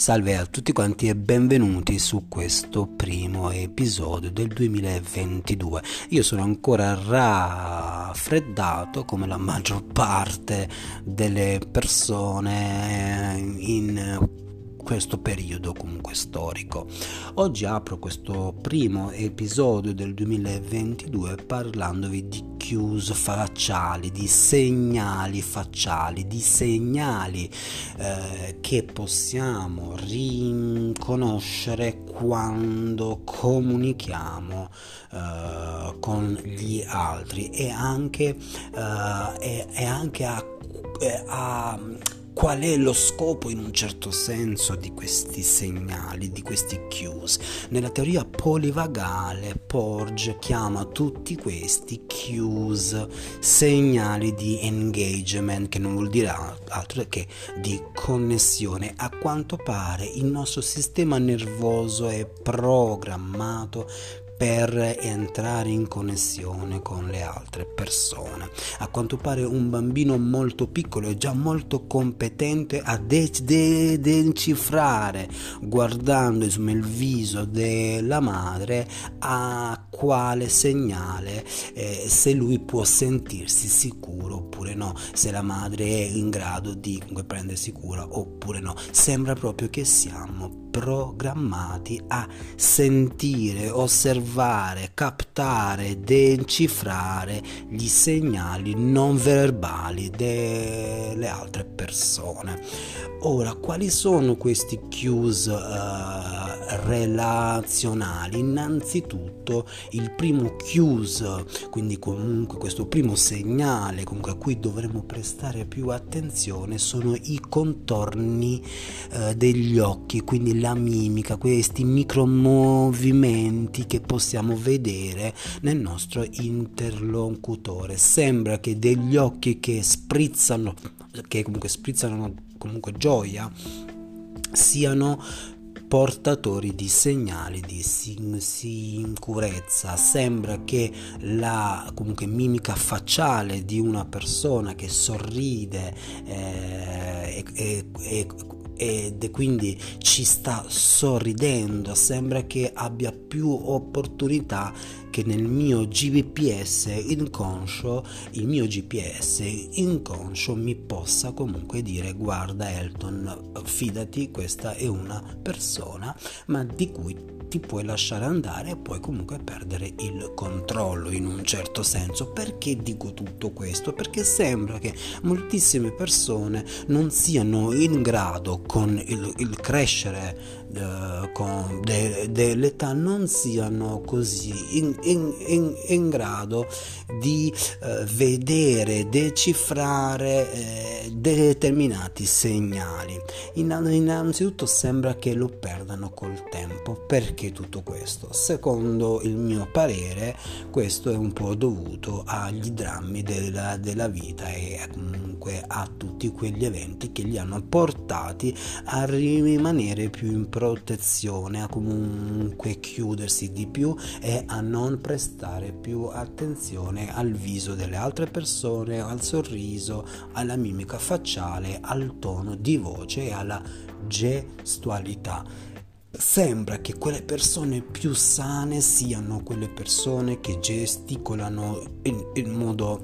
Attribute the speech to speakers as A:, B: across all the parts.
A: Salve a tutti quanti e benvenuti su questo primo episodio del 2022. Io sono ancora raffreddato come la maggior parte delle persone in questo periodo comunque storico. Oggi apro questo primo episodio del 2022 parlandovi di cues facciali, di segnali facciali, di segnali che possiamo riconoscere quando comunichiamo con gli altri e anche a qual è lo scopo in un certo senso di questi segnali, di questi cues. Nella teoria polivagale Porges chiama tutti questi cues segnali di engagement, che non vuol dire altro che di connessione. A quanto pare il nostro sistema nervoso è programmato per entrare in connessione con le altre persone. A quanto pare un bambino molto piccolo è già molto competente a decifrare, guardando il viso della madre, a quale segnale se lui può sentirsi sicuro oppure no, se la madre è in grado di prendersi cura oppure no. Sembra proprio che siamo programmati a sentire, osservare, captare, decifrare gli segnali non verbali delle altre persone. Ora, quali sono questi cues relazionali? Innanzitutto il primo cues, quindi comunque questo primo segnale comunque a cui dovremmo prestare più attenzione, sono i contorni degli occhi, quindi la mimica, questi micromovimenti che possiamo vedere nel nostro interlocutore. Sembra che degli occhi che sprizzano comunque gioia, siano portatori di segnali di sicurezza. Sembra che la comunque mimica facciale di una persona che sorride ed quindi ci sta sorridendo, sembra che abbia più opportunità che nel mio GPS inconscio, il mio GPS inconscio mi possa comunque dire: guarda Elton, fidati, questa è una persona ma di cui ti puoi lasciare andare e puoi comunque perdere il controllo in un certo senso. Perché dico tutto questo? Perché sembra che moltissime persone non siano in grado, con il crescere dell'età, non siano così in grado di vedere, decifrare determinati segnali. Innanzitutto sembra che lo perdano col tempo. Perché tutto questo? Secondo il mio parere questo è un po' dovuto agli drammi della vita e comunque a tutti quegli eventi che li hanno portati a rimanere più in protezione, a comunque chiudersi di più e a non prestare più attenzione al viso delle altre persone, al sorriso, alla mimica facciale, al tono di voce e alla gestualità. Sembra che quelle persone più sane siano quelle persone che gesticolano in modo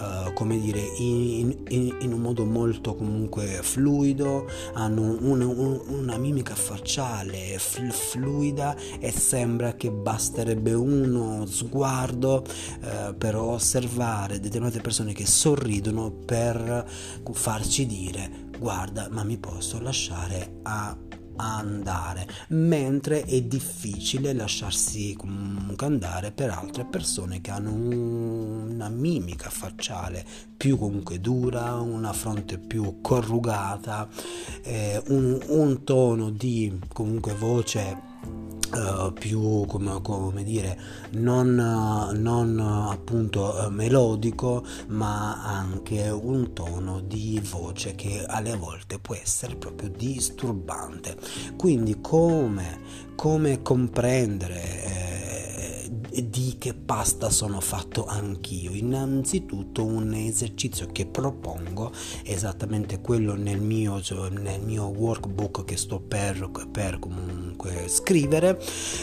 A: in un modo molto comunque fluido, hanno una mimica facciale fluida e sembra che basterebbe uno sguardo per osservare determinate persone che sorridono per farci dire: guarda, ma mi posso lasciare andare, mentre è difficile lasciarsi comunque andare per altre persone che hanno una mimica facciale più comunque dura, una fronte più corrugata, un tono di comunque voce più come dire non appunto melodico, ma anche un tono di voce che alle volte può essere proprio disturbante. Quindi come comprendere di che pasta sono fatto anch'io. Innanzitutto un esercizio che propongo è esattamente quello nel mio workbook che sto per comunque scrivere.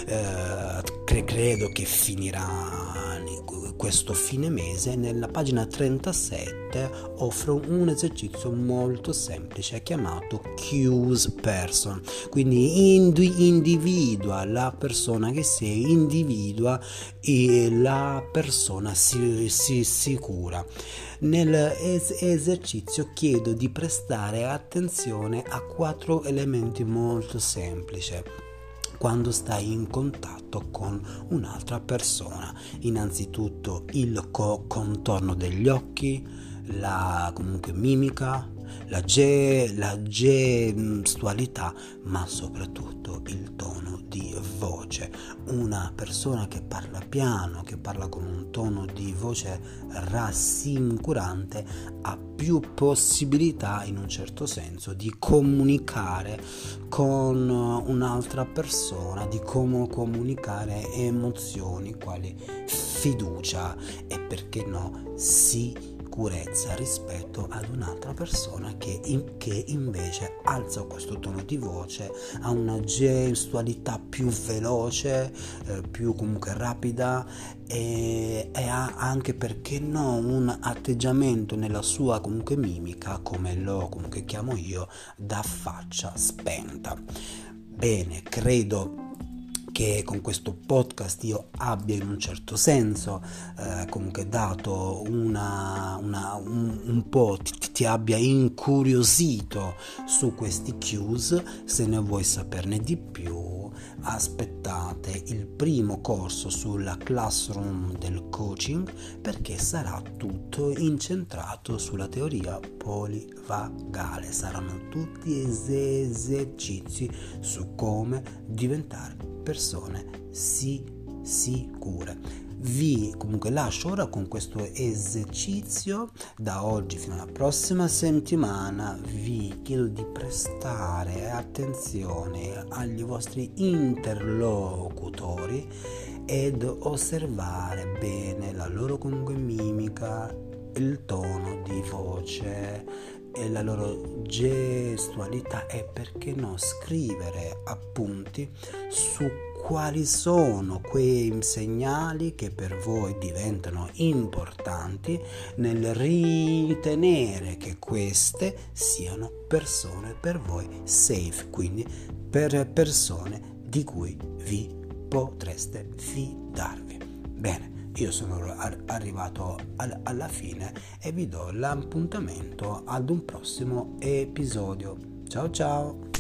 A: Credo che finirà questo fine mese. Nella pagina 37 offro un esercizio molto semplice chiamato Choose Person, quindi individua la persona che sei, individua la persona sicura. Nell'esercizio chiedo di prestare attenzione a 4 elementi molto semplici quando stai in contatto con un'altra persona. Innanzitutto il contorno degli occhi, la comunque mimica, la gestualità, ma soprattutto il tono di voce. Una persona che parla piano, che parla con un tono di voce rassicurante, ha più possibilità in un certo senso di comunicare con un'altra persona, di come comunicare emozioni quali fiducia e, perché no, sicurezza rispetto ad un'altra persona che invece alza questo tono di voce, ha una gestualità più veloce, più comunque rapida, e ha anche, perché no, un atteggiamento nella sua comunque mimica, come lo comunque chiamo io, da faccia spenta. Bene, credo che con questo podcast io abbia in un certo senso comunque dato un po', ti abbia incuriosito su questi cues. Se ne vuoi saperne di più, aspettate il primo corso sulla Classroom del coaching, perché sarà tutto incentrato sulla teoria polivagale. Saranno tutti esercizi su come diventare persone sicure. Vi comunque lascio ora con questo esercizio. Da oggi fino alla prossima settimana vi chiedo di prestare attenzione agli vostri interlocutori ed osservare bene la loro comunque mimica, il tono di voce e la loro gestualità, e perché no scrivere appunti su quali sono quei segnali che per voi diventano importanti nel ritenere che queste siano persone per voi safe, quindi per persone di cui vi potreste fidarvi. Bene, io sono arrivato alla fine e vi do l'appuntamento ad un prossimo episodio. Ciao ciao!